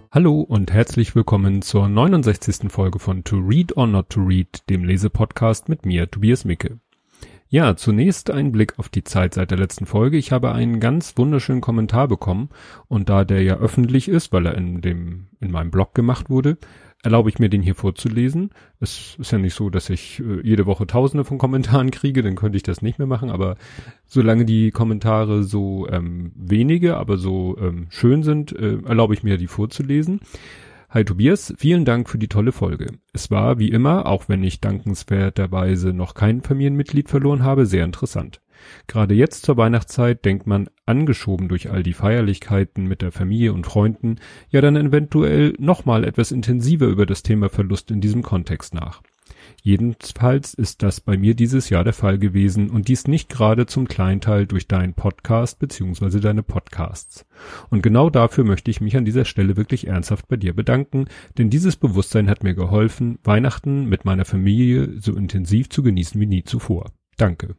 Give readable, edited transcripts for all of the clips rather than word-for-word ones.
Hallo und herzlich willkommen zur 69. Folge von To Read or Not to Read, dem Lesepodcast mit mir, Tobias Micke. Ja, zunächst ein Blick auf die Zeit seit der letzten Folge. Ich habe einen ganz wunderschönen Kommentar bekommen und da der ja öffentlich ist, weil er in meinem Blog gemacht wurde, erlaube ich mir, den hier vorzulesen. Es ist ja nicht so, dass ich jede Woche Tausende von Kommentaren kriege, dann könnte ich das nicht mehr machen, aber solange die Kommentare so wenige, aber so schön sind, erlaube ich mir, die vorzulesen. Hi Tobias, vielen Dank für die tolle Folge. Es war, wie immer, auch wenn ich dankenswerterweise noch kein Familienmitglied verloren habe, sehr interessant. Gerade jetzt zur Weihnachtszeit denkt man, angeschoben durch all die Feierlichkeiten mit der Familie und Freunden, ja dann eventuell nochmal etwas intensiver über das Thema Verlust in diesem Kontext nach. Jedenfalls ist das bei mir dieses Jahr der Fall gewesen und dies nicht gerade zum Kleinteil durch deinen Podcast bzw. deine Podcasts. Und genau dafür möchte ich mich an dieser Stelle wirklich ernsthaft bei dir bedanken, denn dieses Bewusstsein hat mir geholfen, Weihnachten mit meiner Familie so intensiv zu genießen wie nie zuvor. Danke.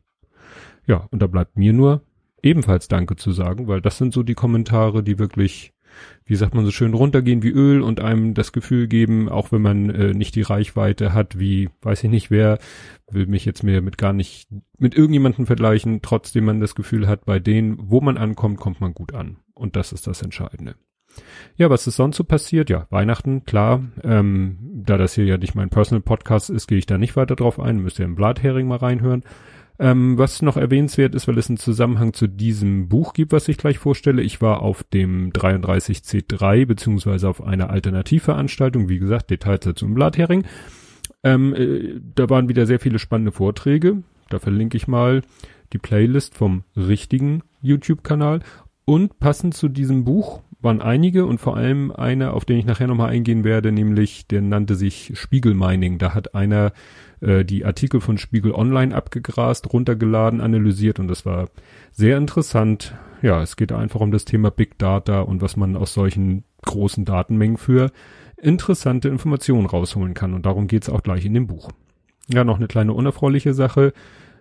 Ja, und da bleibt mir nur ebenfalls Danke zu sagen, weil das sind so die Kommentare, die wirklich, wie sagt man so schön, runtergehen wie Öl und einem das Gefühl geben, auch wenn man nicht die Reichweite hat, wie, weiß ich nicht wer, will mich jetzt mehr mit irgendjemandem vergleichen, trotzdem man das Gefühl hat, bei denen, wo man ankommt, kommt man gut an. Und das ist das Entscheidende. Ja, was ist sonst so passiert? Ja, Weihnachten, klar, da das hier ja nicht mein Personal Podcast ist, gehe ich da nicht weiter drauf ein, müsst ihr im Blathering mal reinhören. Was noch erwähnenswert ist, weil es einen Zusammenhang zu diesem Buch gibt, was ich gleich vorstelle. Ich war auf dem 33C3 beziehungsweise auf einer Alternativveranstaltung, wie gesagt, Details dazu im Blathering. Da waren wieder sehr viele spannende Vorträge. Da verlinke ich mal die Playlist vom richtigen YouTube-Kanal. Und passend zu diesem Buch waren einige und vor allem einer, auf den ich nachher nochmal eingehen werde, nämlich der nannte sich Spiegel Mining. Da hat einer die Artikel von Spiegel Online abgegrast, runtergeladen, analysiert und das war sehr interessant. Ja, es geht einfach um das Thema Big Data und was man aus solchen großen Datenmengen für interessante Informationen rausholen kann und darum geht's auch gleich in dem Buch. Ja, noch eine kleine unerfreuliche Sache.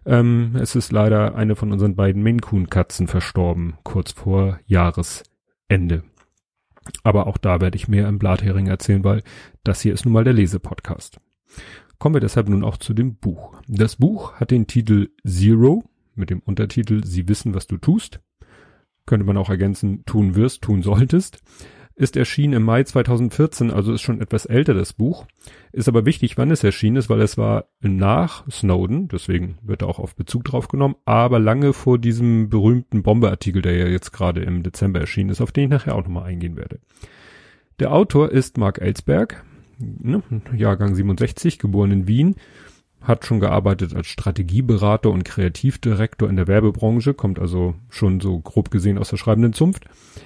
Es ist leider eine von unseren beiden Maine Coon Katzen verstorben, kurz vor Jahresende. Aber auch da werde ich mehr im Blathering erzählen, weil das hier ist nun mal der Lesepodcast. Kommen wir deshalb nun auch zu dem Buch. Das Buch hat den Titel Zero mit dem Untertitel Sie wissen, was du tust. Könnte man auch ergänzen, tun wirst, tun solltest. Ist erschienen im Mai 2014, also ist schon etwas älter das Buch. Ist aber wichtig, wann es erschienen ist, weil es war nach Snowden, deswegen wird da auch auf Bezug drauf genommen, aber lange vor diesem berühmten Bombe-Artikel, der ja jetzt gerade im Dezember erschienen ist, auf den ich nachher auch nochmal eingehen werde. Der Autor ist Mark Ellsberg, Jahrgang 67, geboren in Wien, hat schon gearbeitet als Strategieberater und Kreativdirektor in der Werbebranche, kommt also schon so grob gesehen aus der schreibenden Zunft.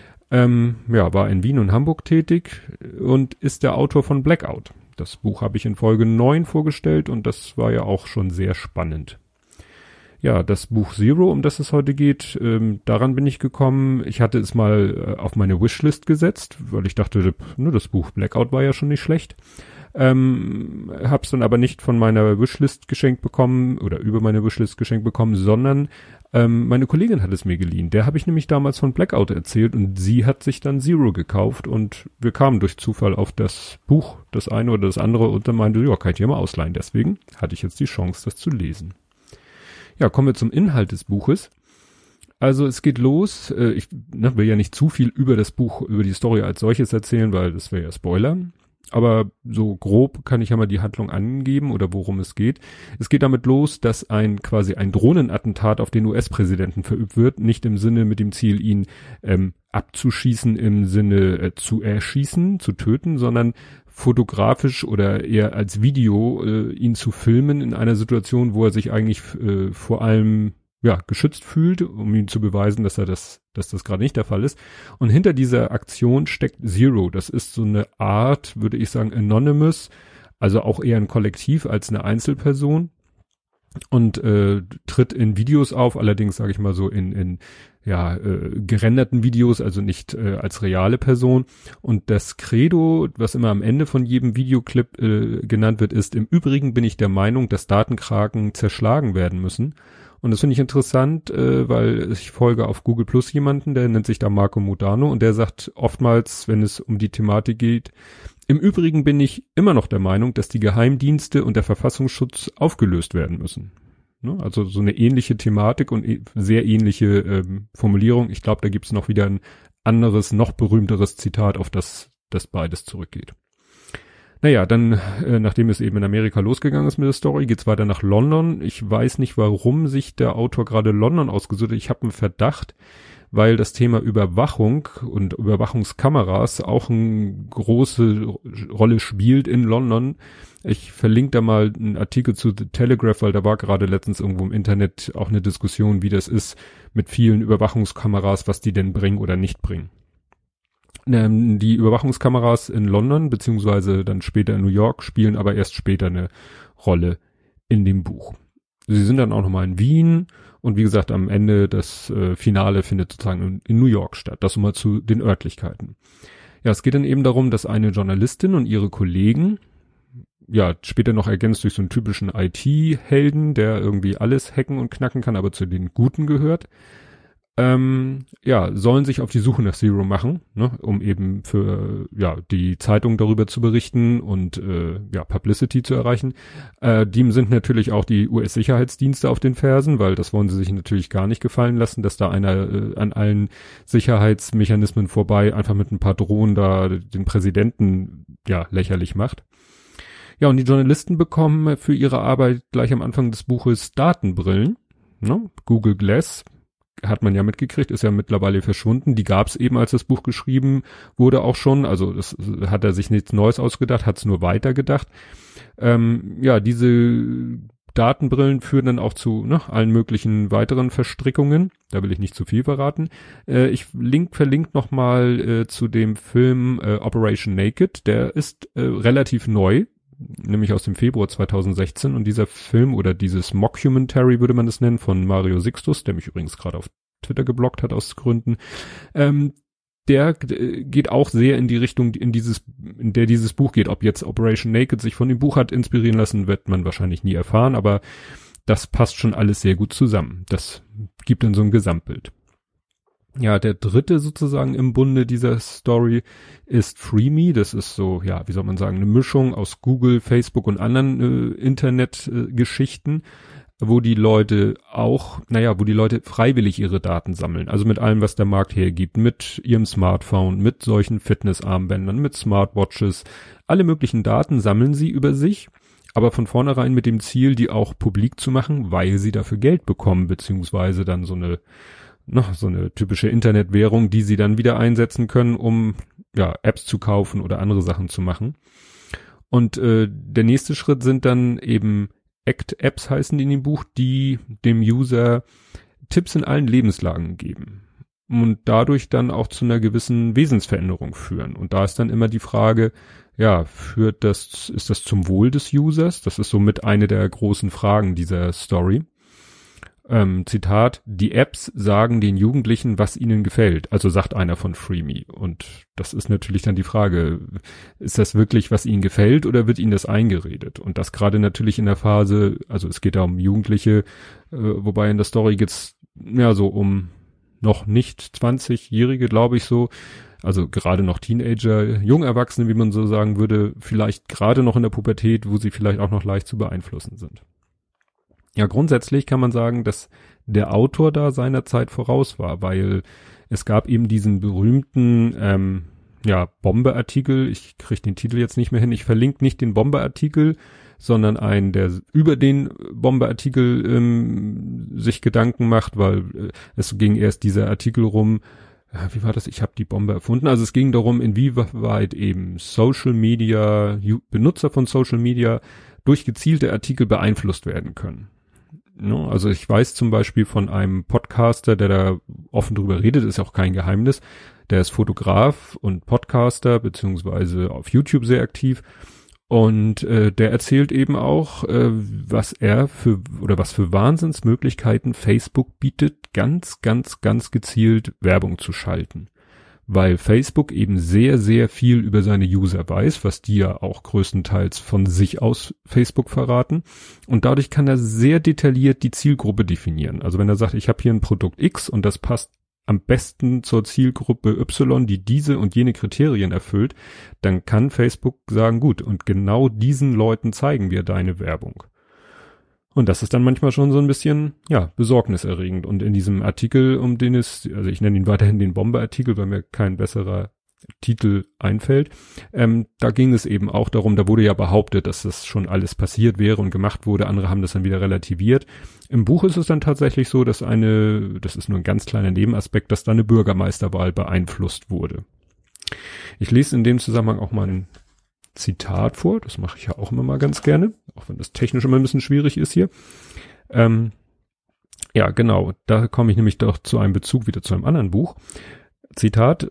War in Wien und Hamburg tätig und ist der Autor von Blackout. Das Buch habe ich in Folge 9 vorgestellt und das war ja auch schon sehr spannend. Ja, das Buch Zero, um das es heute geht, daran bin ich gekommen. Ich hatte es mal auf meine Wishlist gesetzt, weil ich dachte, das Buch Blackout war ja schon nicht schlecht. Hab's dann aber nicht von meiner Wishlist geschenkt bekommen oder über meine Wishlist geschenkt bekommen, sondern meine Kollegin hat es mir geliehen. Der habe ich nämlich damals von Blackout erzählt und sie hat sich dann Zero gekauft und wir kamen durch Zufall auf das Buch, das eine oder das andere und dann meinte, ja, kann ich dir mal ausleihen. Deswegen hatte ich jetzt die Chance, das zu lesen. Ja, kommen wir zum Inhalt des Buches. Also es geht los, ich will ja nicht zu viel über das Buch, über die Story als solches erzählen, weil das wäre ja Spoiler. Aber so grob kann ich ja mal die Handlung angeben oder worum es geht. Es geht damit los, dass quasi ein Drohnenattentat auf den US-Präsidenten verübt wird, nicht im Sinne mit dem Ziel, ihn abzuschießen, im Sinne zu erschießen, zu töten, sondern fotografisch oder eher als Video ihn zu filmen in einer Situation, wo er sich eigentlich vor allem geschützt fühlt, um ihm zu beweisen, dass das gerade nicht der Fall ist. Und hinter dieser Aktion steckt Zero. Das ist so eine Art, würde ich sagen, Anonymous, also auch eher ein Kollektiv als eine Einzelperson und tritt in Videos auf, allerdings sage ich mal so in gerenderten Videos, also nicht als reale Person. Und das Credo, was immer am Ende von jedem Videoclip genannt wird, ist: Im Übrigen bin ich der Meinung, dass Datenkraken zerschlagen werden müssen. Und das finde ich interessant, weil ich folge auf Google Plus jemanden, der nennt sich da Marco Modano und der sagt oftmals, wenn es um die Thematik geht, im Übrigen bin ich immer noch der Meinung, dass die Geheimdienste und der Verfassungsschutz aufgelöst werden müssen. Ne? Also so eine ähnliche Thematik und sehr ähnliche Formulierung. Ich glaube, da gibt es noch wieder ein anderes, noch berühmteres Zitat, auf das beides zurückgeht. Naja, dann, nachdem es eben in Amerika losgegangen ist mit der Story, geht's weiter nach London. Ich weiß nicht, warum sich der Autor gerade London ausgesucht hat. Ich habe einen Verdacht, weil das Thema Überwachung und Überwachungskameras auch eine große Rolle spielt in London. Ich verlinke da mal einen Artikel zu The Telegraph, weil da war gerade letztens irgendwo im Internet auch eine Diskussion, wie das ist mit vielen Überwachungskameras, was die denn bringen oder nicht bringen. Die Überwachungskameras in London, beziehungsweise dann später in New York, spielen aber erst später eine Rolle in dem Buch. Sie sind dann auch nochmal in Wien und wie gesagt, am Ende das Finale findet sozusagen in New York statt. Das mal zu den Örtlichkeiten. Ja, es geht dann eben darum, dass eine Journalistin und ihre Kollegen, ja, später noch ergänzt durch so einen typischen IT-Helden, der irgendwie alles hacken und knacken kann, aber zu den Guten gehört, sollen sich auf die Suche nach Zero machen, ne, um eben für die Zeitung darüber zu berichten und Publicity zu erreichen. Dem sind natürlich auch die US-Sicherheitsdienste auf den Fersen, weil das wollen sie sich natürlich gar nicht gefallen lassen, dass da einer an allen Sicherheitsmechanismen vorbei einfach mit ein paar Drohnen da den Präsidenten lächerlich macht. Ja, und die Journalisten bekommen für ihre Arbeit gleich am Anfang des Buches Datenbrillen, ne? Google Glass hat man ja mitgekriegt, ist ja mittlerweile verschwunden. Die gab es eben, als das Buch geschrieben wurde, auch schon. Also das hat er sich nichts Neues ausgedacht, hat es nur weitergedacht. Diese Datenbrillen führen dann auch zu allen möglichen weiteren Verstrickungen. Da will ich nicht zu viel verraten. Ich verlinke nochmal zu dem Film Operation Naked. Der ist relativ neu, nämlich aus dem Februar 2016. Und dieser Film oder dieses Mockumentary würde man es nennen, von Mario Sixtus, der mich übrigens gerade auf Twitter geblockt hat aus Gründen, der geht auch sehr in die Richtung, in der dieses Buch geht. Ob jetzt Operation Naked sich von dem Buch hat inspirieren lassen, wird man wahrscheinlich nie erfahren, aber das passt schon alles sehr gut zusammen. Das gibt dann so ein Gesamtbild. Ja, der dritte sozusagen im Bunde dieser Story ist FreeMe. Das ist so, wie soll man sagen, eine Mischung aus Google, Facebook und anderen Internetgeschichten, wo die Leute freiwillig ihre Daten sammeln. Also mit allem, was der Markt hergibt, mit ihrem Smartphone, mit solchen Fitnessarmbändern, mit Smartwatches. Alle möglichen Daten sammeln sie über sich, aber von vornherein mit dem Ziel, die auch publik zu machen, weil sie dafür Geld bekommen, beziehungsweise dann so eine typische Internetwährung, die sie dann wieder einsetzen können, um Apps zu kaufen oder andere Sachen zu machen. Und der nächste Schritt sind dann eben Act-Apps, heißen die in dem Buch, die dem User Tipps in allen Lebenslagen geben und dadurch dann auch zu einer gewissen Wesensveränderung führen. Und da ist dann immer die Frage, ist das zum Wohl des Users? Das ist somit eine der großen Fragen dieser Story. Zitat, die Apps sagen den Jugendlichen, was ihnen gefällt. Also sagt einer von FreeMe. Und das ist natürlich dann die Frage, ist das wirklich, was ihnen gefällt oder wird ihnen das eingeredet? Und das gerade natürlich in der Phase, also es geht da um Jugendliche, wobei in der Story geht's so um noch nicht 20-Jährige, glaube ich so. Also gerade noch Teenager, Jungerwachsene, wie man so sagen würde, vielleicht gerade noch in der Pubertät, wo sie vielleicht auch noch leicht zu beeinflussen sind. Ja, grundsätzlich kann man sagen, dass der Autor da seiner Zeit voraus war, weil es gab eben diesen berühmten Bombe-Artikel. Ich kriege den Titel jetzt nicht mehr hin. Ich verlinke nicht den Bombe-Artikel, sondern einen, der über den Bombe-Artikel sich Gedanken macht, weil es ging erst dieser Artikel rum. Wie war das? Ich habe die Bombe erfunden. Also es ging darum, inwieweit eben Social Media, Benutzer von Social Media durch gezielte Artikel beeinflusst werden können. No, also ich weiß zum Beispiel von einem Podcaster, der da offen drüber redet, ist auch kein Geheimnis. Der ist Fotograf und Podcaster, beziehungsweise auf YouTube sehr aktiv. Und der erzählt eben auch, was für Wahnsinnsmöglichkeiten Facebook bietet, ganz, ganz, ganz gezielt Werbung zu schalten. weil Facebook eben sehr, sehr viel über seine User weiß, was die ja auch größtenteils von sich aus Facebook verraten. Und dadurch kann er sehr detailliert die Zielgruppe definieren. Also wenn er sagt, ich habe hier ein Produkt X und das passt am besten zur Zielgruppe Y, die diese und jene Kriterien erfüllt, dann kann Facebook sagen, gut, und genau diesen Leuten zeigen wir deine Werbung. Und das ist dann manchmal schon so ein bisschen, ja, besorgniserregend. Und in diesem Artikel, um den es, also ich nenne ihn weiterhin den Bombe-Artikel, weil mir kein besserer Titel einfällt, da ging es eben auch darum, da wurde ja behauptet, dass das schon alles passiert wäre und gemacht wurde. Andere haben das dann wieder relativiert. Im Buch ist es dann tatsächlich so, dass das ist nur ein ganz kleiner Nebenaspekt, dass da eine Bürgermeisterwahl beeinflusst wurde. Ich lese in dem Zusammenhang auch mal ein Zitat vor, das mache ich ja auch immer mal ganz gerne, auch wenn das technisch immer ein bisschen schwierig ist hier. Ja, genau, da komme ich nämlich doch zu einem Bezug wieder zu einem anderen Buch. Zitat,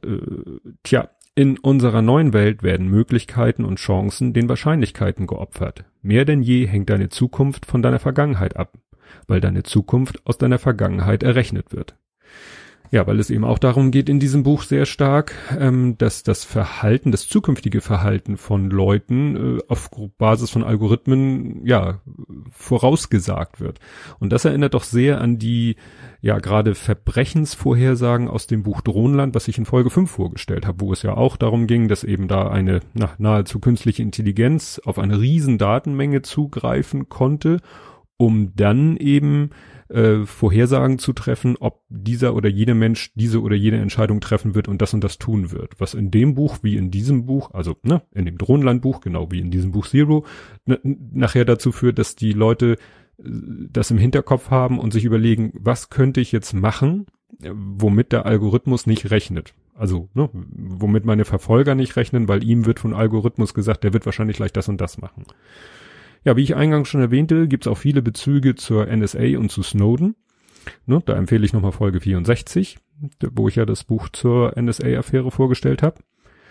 in unserer neuen Welt werden Möglichkeiten und Chancen den Wahrscheinlichkeiten geopfert. Mehr denn je hängt deine Zukunft von deiner Vergangenheit ab, weil deine Zukunft aus deiner Vergangenheit errechnet wird. Ja, weil es eben auch darum geht in diesem Buch sehr stark, dass das Verhalten, das zukünftige Verhalten von Leuten auf Basis von Algorithmen, ja, vorausgesagt wird. Und das erinnert doch sehr an die, ja, gerade Verbrechensvorhersagen aus dem Buch Drohnenland, was ich in Folge 5 vorgestellt habe, wo es ja auch darum ging, dass eben da eine nahezu künstliche Intelligenz auf eine riesen Datenmenge zugreifen konnte, um dann eben Vorhersagen zu treffen, ob dieser oder jener Mensch diese oder jene Entscheidung treffen wird und das tun wird. Was in dem Buch wie in diesem Buch, also in dem Drohnenland-Buch, genau wie in diesem Buch Zero, nachher dazu führt, dass die Leute das im Hinterkopf haben und sich überlegen, was könnte ich jetzt machen, womit der Algorithmus nicht rechnet. Also, womit meine Verfolger nicht rechnen, weil ihm wird von Algorithmus gesagt, der wird wahrscheinlich gleich das und das machen. Ja, wie ich eingangs schon erwähnte, gibt's auch viele Bezüge zur NSA und zu Snowden. Da empfehle ich nochmal Folge 64, wo ich ja das Buch zur NSA-Affäre vorgestellt habe.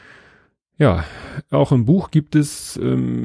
Ja, auch im Buch gibt es,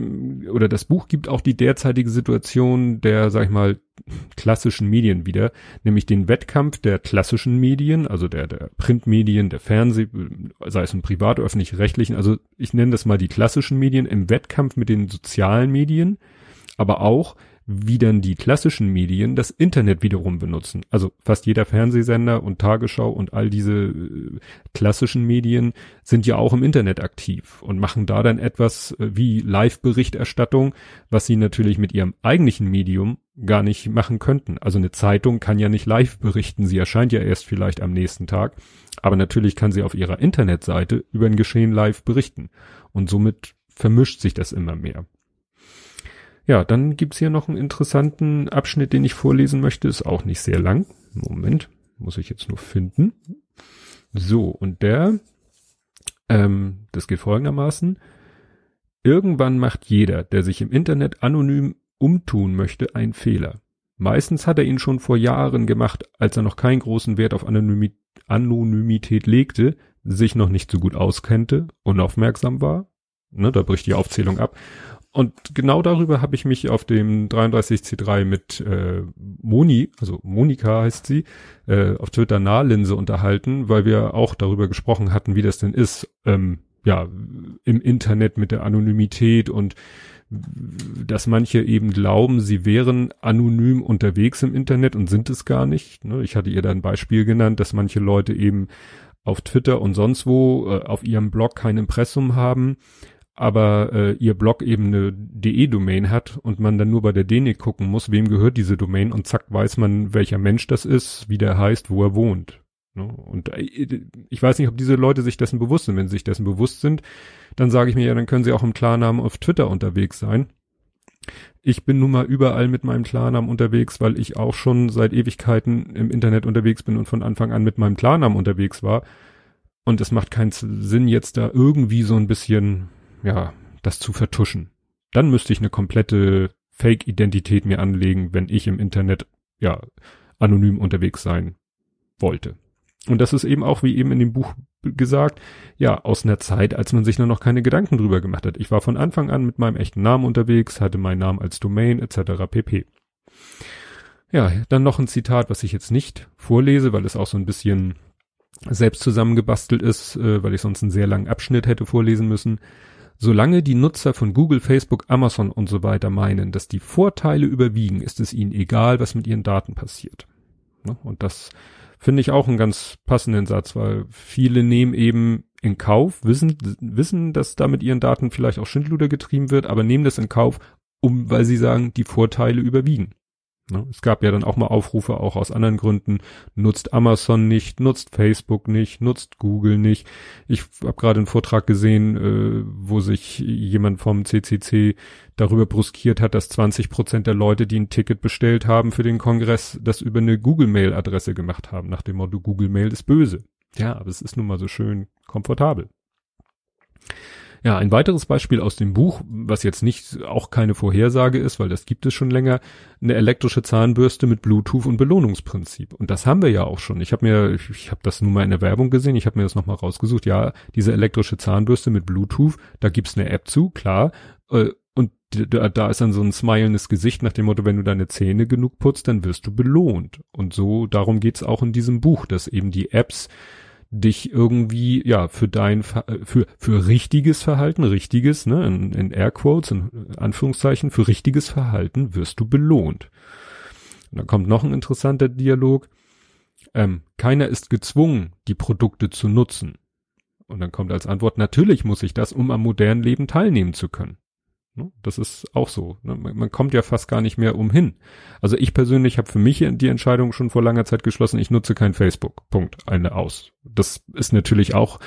das Buch gibt auch die derzeitige Situation der, sag ich mal, klassischen Medien wieder, nämlich den Wettkampf der klassischen Medien, also der Printmedien, der Fernseh, sei es im privat- oder öffentlich-rechtlichen, also ich nenne das mal die klassischen Medien im Wettkampf mit den sozialen Medien, aber auch, wie dann die klassischen Medien das Internet wiederum benutzen. Also fast jeder Fernsehsender und Tagesschau und all diese klassischen Medien sind ja auch im Internet aktiv und machen da dann etwas wie Live-Berichterstattung, was sie natürlich mit ihrem eigentlichen Medium gar nicht machen könnten. Also eine Zeitung kann ja nicht live berichten, sie erscheint ja erst vielleicht am nächsten Tag, aber natürlich kann sie auf ihrer Internetseite über ein Geschehen live berichten und somit vermischt sich das immer mehr. Ja, dann gibt's hier noch einen interessanten Abschnitt, den ich vorlesen möchte. Ist auch nicht sehr lang. Moment, muss ich jetzt nur finden. So, und das geht folgendermaßen. Irgendwann macht jeder, der sich im Internet anonym umtun möchte, einen Fehler. Meistens hat er ihn schon vor Jahren gemacht, als er noch keinen großen Wert auf Anonymität legte, sich noch nicht so gut auskannte, unaufmerksam war. Da bricht die Aufzählung ab. Und genau darüber habe ich mich auf dem 33C3 mit Moni, also Monika heißt sie, auf Twitter Nahlinse unterhalten, weil wir auch darüber gesprochen hatten, wie das denn ist, im Internet mit der Anonymität und dass manche eben glauben, sie wären anonym unterwegs im Internet und sind es gar nicht. Ich hatte ihr da ein Beispiel genannt, dass manche Leute eben auf Twitter und sonst wo auf ihrem Blog kein Impressum haben, aber ihr Blog eben eine DE-Domain hat und man dann nur bei der DENIC gucken muss, wem gehört diese Domain und zack weiß man, welcher Mensch das ist, wie der heißt, wo er wohnt. Und ich weiß nicht, ob diese Leute sich dessen bewusst sind. Wenn sie sich dessen bewusst sind, dann sage ich mir ja, dann können sie auch im Klarnamen auf Twitter unterwegs sein. Ich bin nun mal überall mit meinem Klarnamen unterwegs, weil ich auch schon seit Ewigkeiten im Internet unterwegs bin und von Anfang an mit meinem Klarnamen unterwegs war. Und es macht keinen Sinn, jetzt da irgendwie so ein bisschen das zu vertuschen. Dann müsste ich eine komplette Fake-Identität mir anlegen, wenn ich im Internet, anonym unterwegs sein wollte. Und das ist eben auch, wie eben in dem Buch gesagt, aus einer Zeit, als man sich noch keine Gedanken drüber gemacht hat. Ich war von Anfang an mit meinem echten Namen unterwegs, hatte meinen Namen als Domain, etc. pp. Ja, dann noch ein Zitat, was ich jetzt nicht vorlese, weil es auch so ein bisschen selbst zusammengebastelt ist, weil ich sonst einen sehr langen Abschnitt hätte vorlesen müssen. Solange die Nutzer von Google, Facebook, Amazon und so weiter meinen, dass die Vorteile überwiegen, ist es ihnen egal, was mit ihren Daten passiert. Und das finde ich auch einen ganz passenden Satz, weil viele nehmen eben in Kauf, wissen, dass da mit ihren Daten vielleicht auch Schindluder getrieben wird, aber nehmen das in Kauf, weil sie sagen, die Vorteile überwiegen. Es gab ja dann auch mal Aufrufe, auch aus anderen Gründen, nutzt Amazon nicht, nutzt Facebook nicht, nutzt Google nicht. Ich habe gerade einen Vortrag gesehen, wo sich jemand vom CCC darüber bruskiert hat, dass 20% der Leute, die ein Ticket bestellt haben für den Kongress, das über eine Google-Mail-Adresse gemacht haben, nach dem Motto, Google-Mail ist böse. Ja, aber es ist nun mal so schön komfortabel. Ja, ein weiteres Beispiel aus dem Buch, was jetzt nicht auch keine Vorhersage ist, weil das gibt es schon länger, eine elektrische Zahnbürste mit Bluetooth und Belohnungsprinzip. Und das haben wir ja auch schon. Ich habe das nun mal in der Werbung gesehen, ich habe mir das nochmal rausgesucht. Ja, diese elektrische Zahnbürste mit Bluetooth, da gibt's eine App zu, klar. Und da ist dann so ein smilendes Gesicht nach dem Motto, wenn du deine Zähne genug putzt, dann wirst du belohnt. Und so, darum geht's auch in diesem Buch, dass eben die Apps dich irgendwie, ja, für richtiges Verhalten, in Airquotes, in Anführungszeichen, für richtiges Verhalten wirst du belohnt. Und dann kommt noch ein interessanter Dialog. Keiner ist gezwungen, die Produkte zu nutzen. Und dann kommt als Antwort, natürlich muss ich das, um am modernen Leben teilnehmen zu können. Das ist auch so. Man kommt ja fast gar nicht mehr umhin. Also ich persönlich habe für mich die Entscheidung schon vor langer Zeit geschlossen, ich nutze kein Facebook. Punkt. Eine aus. Das ist natürlich auch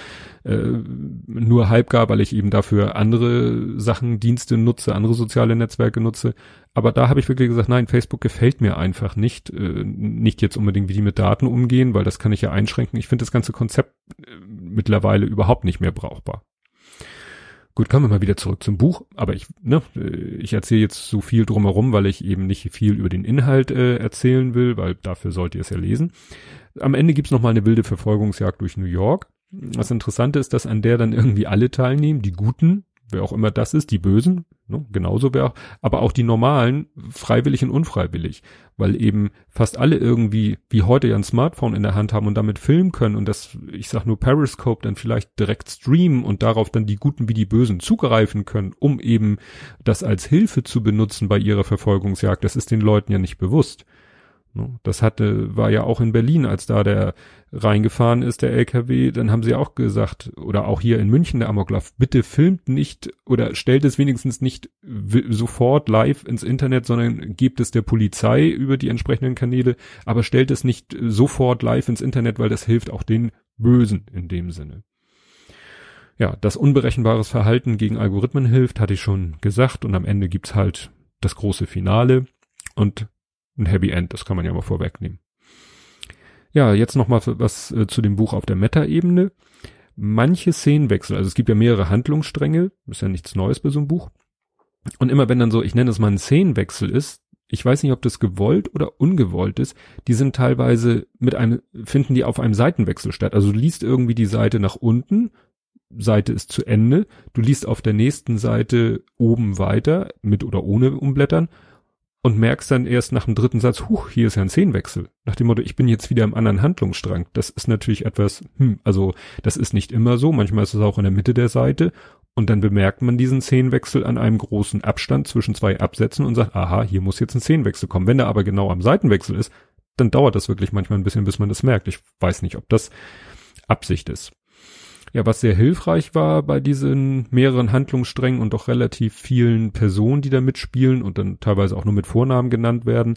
nur halbgar, weil ich eben dafür andere Sachen, Dienste nutze, andere soziale Netzwerke nutze. Aber da habe ich wirklich gesagt, nein, Facebook gefällt mir einfach nicht. Nicht jetzt unbedingt, wie die mit Daten umgehen, weil das kann ich ja einschränken. Ich finde das ganze Konzept mittlerweile überhaupt nicht mehr brauchbar. Gut, kommen wir mal wieder zurück zum Buch, aber ich erzähle jetzt so viel drumherum, weil ich eben nicht viel über den Inhalt erzählen will, weil dafür sollt ihr es ja lesen. Am Ende gibt's noch mal eine wilde Verfolgungsjagd durch New York. Das Interessante ist, dass an der dann irgendwie alle teilnehmen, die Guten, wer auch immer das ist, die Bösen, genauso aber auch die Normalen, freiwillig und unfreiwillig, weil eben fast alle irgendwie, wie heute ja ein Smartphone in der Hand haben und damit filmen können und das, ich sag nur Periscope, dann vielleicht direkt streamen und darauf dann die Guten wie die Bösen zugreifen können, um eben das als Hilfe zu benutzen bei ihrer Verfolgungsjagd. Das ist den Leuten ja nicht bewusst. Das war ja auch in Berlin, als da der reingefahren ist, der LKW, dann haben sie auch gesagt, oder auch hier in München der Amoklauf, bitte filmt nicht oder stellt es wenigstens nicht sofort live ins Internet, sondern gebt es der Polizei über die entsprechenden Kanäle, aber stellt es nicht sofort live ins Internet, weil das hilft auch den Bösen in dem Sinne. Ja, dass unberechenbares Verhalten gegen Algorithmen hilft, hatte ich schon gesagt, und am Ende gibt's halt das große Finale und ein Happy End, das kann man ja mal vorwegnehmen. Ja, jetzt noch mal was zu dem Buch auf der Meta-Ebene. Manche Szenenwechsel, also es gibt ja mehrere Handlungsstränge, ist ja nichts Neues bei so einem Buch. Und immer wenn dann so, ich nenne es mal ein Szenenwechsel ist, ich weiß nicht, ob das gewollt oder ungewollt ist, die sind teilweise finden die auf einem Seitenwechsel statt. Also du liest irgendwie die Seite nach unten, Seite ist zu Ende, du liest auf der nächsten Seite oben weiter, mit oder ohne Umblättern, und merkst dann erst nach dem dritten Satz, hier ist ja ein Szenenwechsel. Nach dem Motto, ich bin jetzt wieder im anderen Handlungsstrang. Das ist natürlich etwas, also das ist nicht immer so. Manchmal ist es auch in der Mitte der Seite. Und dann bemerkt man diesen Szenenwechsel an einem großen Abstand zwischen zwei Absätzen und sagt, aha, hier muss jetzt ein Szenenwechsel kommen. Wenn er aber genau am Seitenwechsel ist, dann dauert das wirklich manchmal ein bisschen, bis man das merkt. Ich weiß nicht, ob das Absicht ist. Ja, was sehr hilfreich war bei diesen mehreren Handlungssträngen und doch relativ vielen Personen, die da mitspielen und dann teilweise auch nur mit Vornamen genannt werden,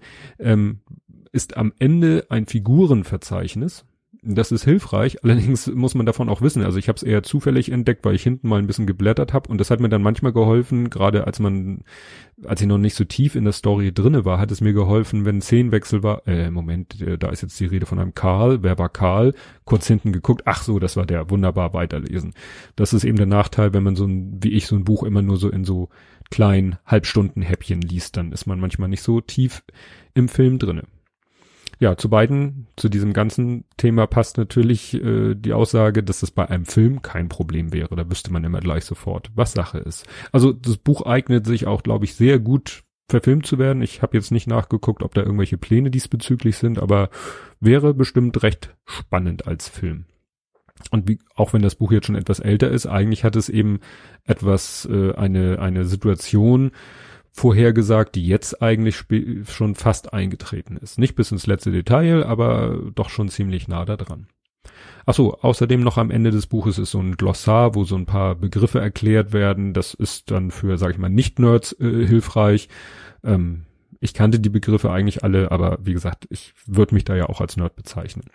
ist am Ende ein Figurenverzeichnis. Das ist hilfreich, allerdings muss man davon auch wissen, also ich habe es eher zufällig entdeckt, weil ich hinten mal ein bisschen geblättert habe und das hat mir dann manchmal geholfen, gerade als ich noch nicht so tief in der Story drinne war, hat es mir geholfen, wenn ein Szenenwechsel war, da ist jetzt die Rede von einem Karl, wer war Karl? Kurz hinten geguckt, ach so, das war der, wunderbar, weiterlesen. Das ist eben der Nachteil, wenn man so ein Buch immer nur so in so kleinen Halbstunden-Häppchen liest, dann ist man manchmal nicht so tief im Film drinne. Ja, zu diesem ganzen Thema passt natürlich die Aussage, dass das bei einem Film kein Problem wäre. Da wüsste man immer gleich sofort, was Sache ist. Also das Buch eignet sich auch, glaube ich, sehr gut verfilmt zu werden. Ich habe jetzt nicht nachgeguckt, ob da irgendwelche Pläne diesbezüglich sind, aber wäre bestimmt recht spannend als Film. Und auch wenn das Buch jetzt schon etwas älter ist, eigentlich hat es eben etwas, eine Situation vorhergesagt, die jetzt eigentlich schon fast eingetreten ist. Nicht bis ins letzte Detail, aber doch schon ziemlich nah da dran. Ach so, außerdem noch am Ende des Buches ist so ein Glossar, wo so ein paar Begriffe erklärt werden. Das ist dann für, sag ich mal, Nicht-Nerds hilfreich. Ich kannte die Begriffe eigentlich alle, aber wie gesagt, ich würde mich da ja auch als Nerd bezeichnen.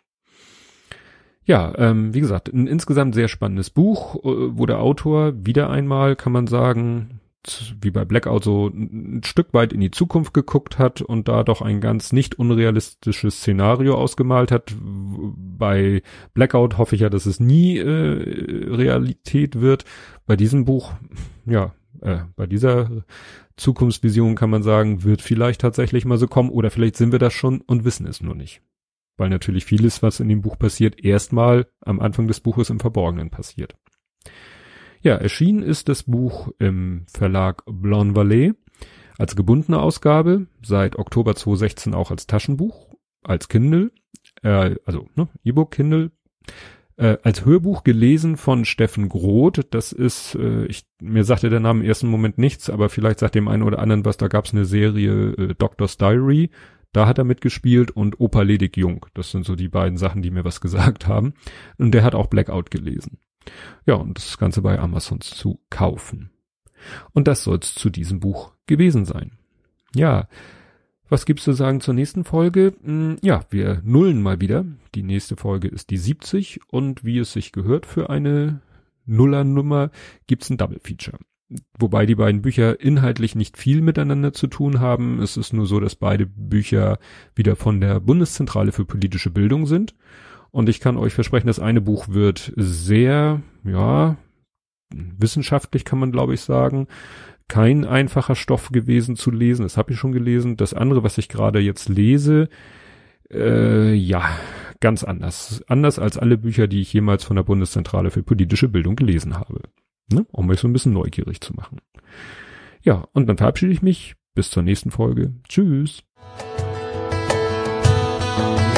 Ja, wie gesagt, ein insgesamt sehr spannendes Buch, wo der Autor wieder einmal, kann man sagen, wie bei Blackout so ein Stück weit in die Zukunft geguckt hat und da doch ein ganz nicht unrealistisches Szenario ausgemalt hat. Bei Blackout hoffe ich ja, dass es nie Realität wird. Bei diesem Buch, ja, bei dieser Zukunftsvision kann man sagen, wird vielleicht tatsächlich mal so kommen oder vielleicht sind wir das schon und wissen es nur nicht. Weil natürlich vieles, was in dem Buch passiert, erstmal am Anfang des Buches im Verborgenen passiert. Ja, erschienen ist das Buch im Verlag Blanc-Vallée als gebundene Ausgabe, seit Oktober 2016 auch als Taschenbuch, als Kindle, E-Book, Kindle, als Hörbuch gelesen von Steffen Groth. Das ist, mir sagte der Name im ersten Moment nichts, aber vielleicht sagt dem einen oder anderen was, da gab es eine Serie Doctor's Diary, da hat er mitgespielt und Opa Ledig Jung. Das sind so die beiden Sachen, die mir was gesagt haben. Und der hat auch Blackout gelesen. Ja, und das Ganze bei Amazon zu kaufen. Und das soll es zu diesem Buch gewesen sein. Ja, was gibt's zu sagen zur nächsten Folge? Ja, wir nullen mal wieder. Die nächste Folge ist die 70 und wie es sich gehört für eine Nullernummer gibt's ein Double Feature. Wobei die beiden Bücher inhaltlich nicht viel miteinander zu tun haben. Es ist nur so, dass beide Bücher wieder von der Bundeszentrale für politische Bildung sind. Und ich kann euch versprechen, das eine Buch wird sehr, ja, wissenschaftlich kann man glaube ich sagen, kein einfacher Stoff gewesen zu lesen. Das habe ich schon gelesen. Das andere, was ich gerade jetzt lese, ja, ganz anders. Anders als alle Bücher, die ich jemals von der Bundeszentrale für politische Bildung gelesen habe. Ne? Um euch so ein bisschen neugierig zu machen. Ja, und dann verabschiede ich mich. Bis zur nächsten Folge. Tschüss.